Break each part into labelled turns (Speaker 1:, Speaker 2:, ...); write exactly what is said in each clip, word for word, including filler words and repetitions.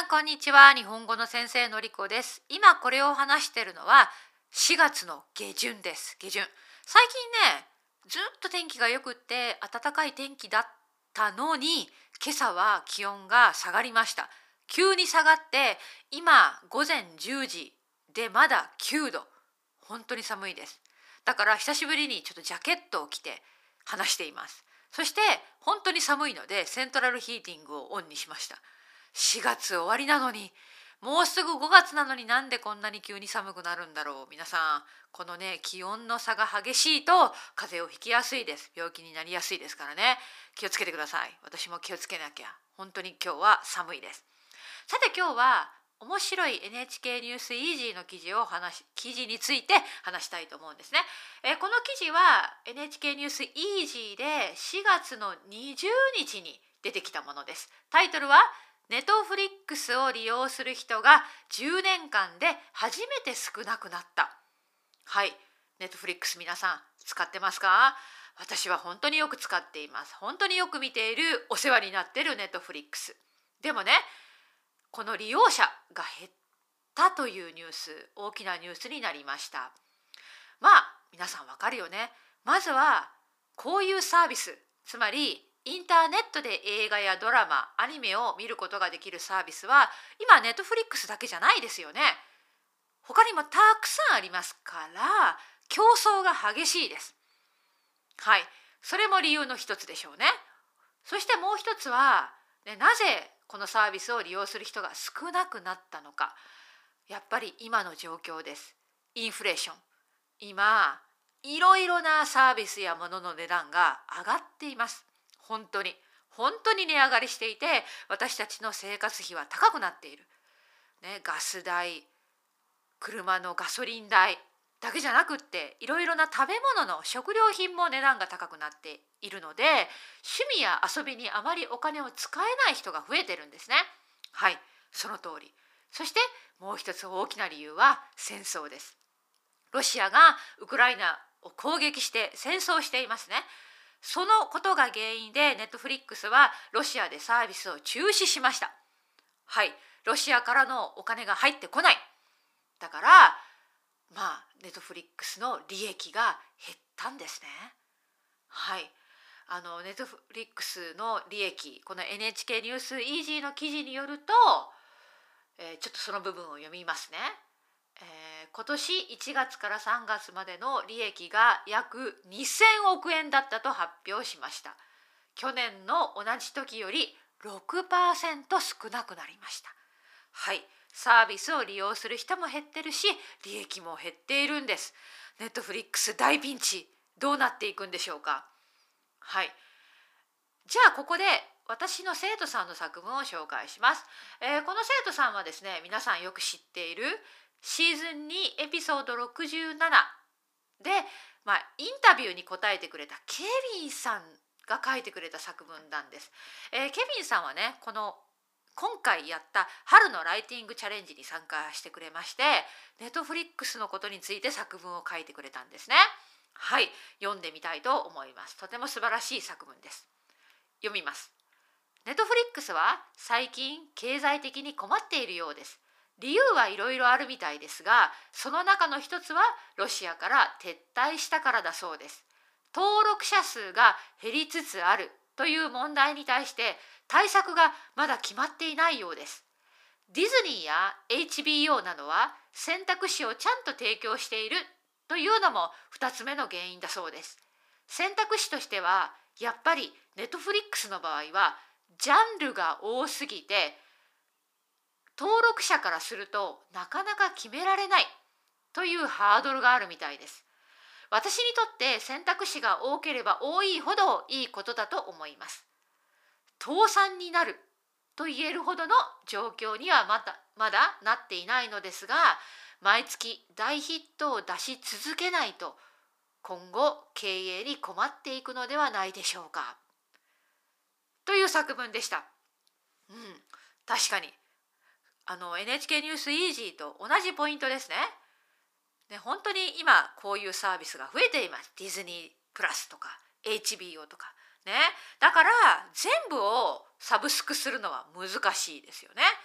Speaker 1: こんにちは。日本語の先生のりこです。今これを話しているのはしがつの下旬です。下旬。最近ね、ずっと天気が良くって暖かい天気だったのに、今朝は気温が下がりました。急に下がって今ごぜんじゅうじでまだきゅうど。本当に寒いです。だから久しぶりにちょっとジャケットを着て話しています。そして本当に寒いのでセントラルヒーティングをオンにしました。しがつ終わりなのに、もうすぐごがつなのになんでこんなに急に寒くなるんだろう。皆さん、このね、気温の差が激しいと風邪をひきやすいです。病気になりやすいですからね。気をつけてください。私も気をつけなきゃ。本当に今日は寒いです。さて今日は面白い エヌエイチケー ニュースイージーの記事を話し、記事について話したいと思うんですね。えーこの記事は エヌエイチケー ニュースイージーでしがつのにじゅうにちに出てきたものです。タイトルはネトフリックスを利用する人がじゅうねんかんで初めて少なくなった。はい、ネットフリックス皆さん使ってますか？私は本当によく使っています。本当によく見ている、お世話になっているネットフリックス。でもね、この利用者が減ったというニュース、大きなニュースになりました。まあ皆さんわかるよね。まずはこういうサービス、つまりインターネットで映画やドラマ、アニメを見ることができるサービスは今ネットフリックスだけじゃないですよね。他にもたくさんありますから競争が激しいです。はい、それも理由の一つでしょうね。そしてもう一つは、ね、なぜこのサービスを利用する人が少なくなったのか。やっぱり今の状況です。インフレーション。今いろいろなサービスやものの値段が上がっています。本当に本当に値上がりしていて、私たちの生活費は高くなっている、ね、ガス代、車のガソリン代だけじゃなくって、いろいろな食べ物の食料品も値段が高くなっているので、趣味や遊びにあまりお金を使えない人が増えてるんですね。はい、その通り。そしてもう一つ大きな理由は戦争です。ロシアがウクライナを攻撃して戦争していますね。そのことが原因でネットフリックスはロシアでサービスを中止しました。はい、ロシアからのお金が入ってこない。だからまあネットフリックスの利益が減ったんですね。はい、あのネットフリックスの利益、この エヌエイチケー ニュースイージーの記事によると、えーちょっとその部分を読みますね。えー今年いちがつからさんがつまでの利益が約にせんおくえんだったと発表しました。去年の同じ時より ろくパーセント 少なくなりました。はい、サービスを利用する人も減ってるし、利益も減っているんです。ネットフリックス大ピンチ、どうなっていくんでしょうか。はい、じゃあここで私の生徒さんの作文を紹介します。えーこの生徒さんはですね、皆さんよく知っているシーズンにエピソードろくじゅうななで、まあ、インタビューに答えてくれたケビンさんが書いてくれた作文なんです。えーケビンさんはね、この今回やった春のライティングチャレンジに参加してくれまして、ネットフリックスのことについて作文を書いてくれたんですね。はい、読んでみたいと思います。とても素晴らしい作文です。読みます。ネットフリックスは最近経済的に困っているようです。理由はいろいろあるみたいですが、その中の一つはロシアから撤退したからだそうです。登録者数が減りつつあるという問題に対して対策がまだ決まっていないようです。ディズニーや エイチビーオー などは選択肢をちゃんと提供しているというのもふたつめの原因だそうです。選択肢としてはやっぱりネットフリックスの場合はジャンルが多すぎて、登録者からするとなかなか決められないというハードルがあるみたいです。私にとって選択肢が多ければ多いほどいいことだと思います。倒産になると言えるほどの状況にはまだまだなっていないのですが、毎月大ヒットを出し続けないと今後経営に困っていくのではないでしょうか。という作文でした。うん、確かにあの エヌエイチケー ニュースイージーと同じポイントですね。ね、本当に今こういうサービスが増えています。ディズニープラスとか エイチビーオー とかね。だから全部をサブスクするのは難しいですよね。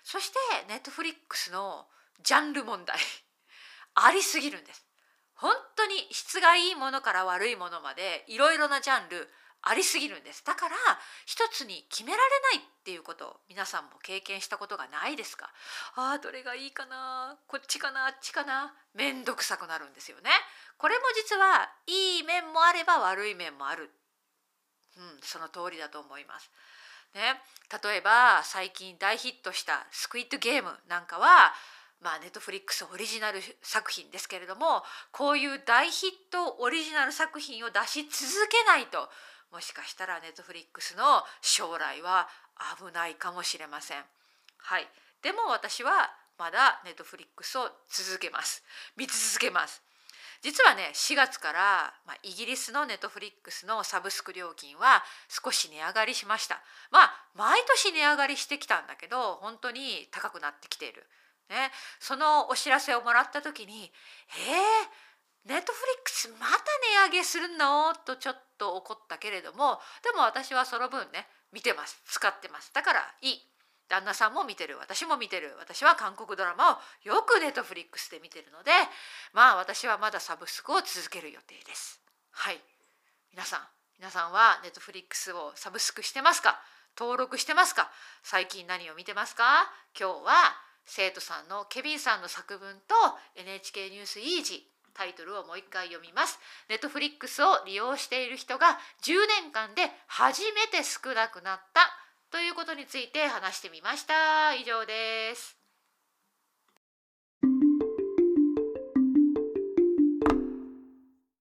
Speaker 1: そしてネットフリックスのジャンル問題ありすぎるんです。本当に質がいいものから悪いものまでいろいろなジャンルありすぎるんです。だから一つに決められないっていうことを皆さんも経験したことがないですか？ああ、どれがいいかな、こっちかな、あっちかな、めんどくさくなるんですよね。これも実はいい面もあれば悪い面もある。うん、その通りだと思います。ね、例えば最近大ヒットしたスクイッドゲームなんかは、まあ、ネットフリックスオリジナル作品ですけれども、こういう大ヒットオリジナル作品を出し続けないと、もしかしたらネットフリックスの将来は危ないかもしれません。はい、でも私はまだネットフリックスを続けます。見続けます。実はね、しがつから、まあ、イギリスのネットフリックスのサブスク料金は少し値上がりしました。まあ毎年値上がりしてきたんだけど、本当に高くなってきている。ね、そのお知らせをもらった時に「えー、ネットフリックスまた値上げするの？」とちょっと怒ったけれども、でも私はその分ね見てます、使ってます。だからいい。旦那さんも見てる、私も見てる。私は韓国ドラマをよくネットフリックスで見てるので、まあ私はまだサブスクを続ける予定です。はい、皆さん皆さんはネットフリックスをサブスクしてますか？登録してますか？最近何を見てますか？今日は生徒さんのケビンさんの作文と エヌエイチケー ニュースイージー、タイトルをもう一回読みます。ネットフリックスを利用している人がじゅうねんかんで初めて少なくなったということについて話してみました。以上です。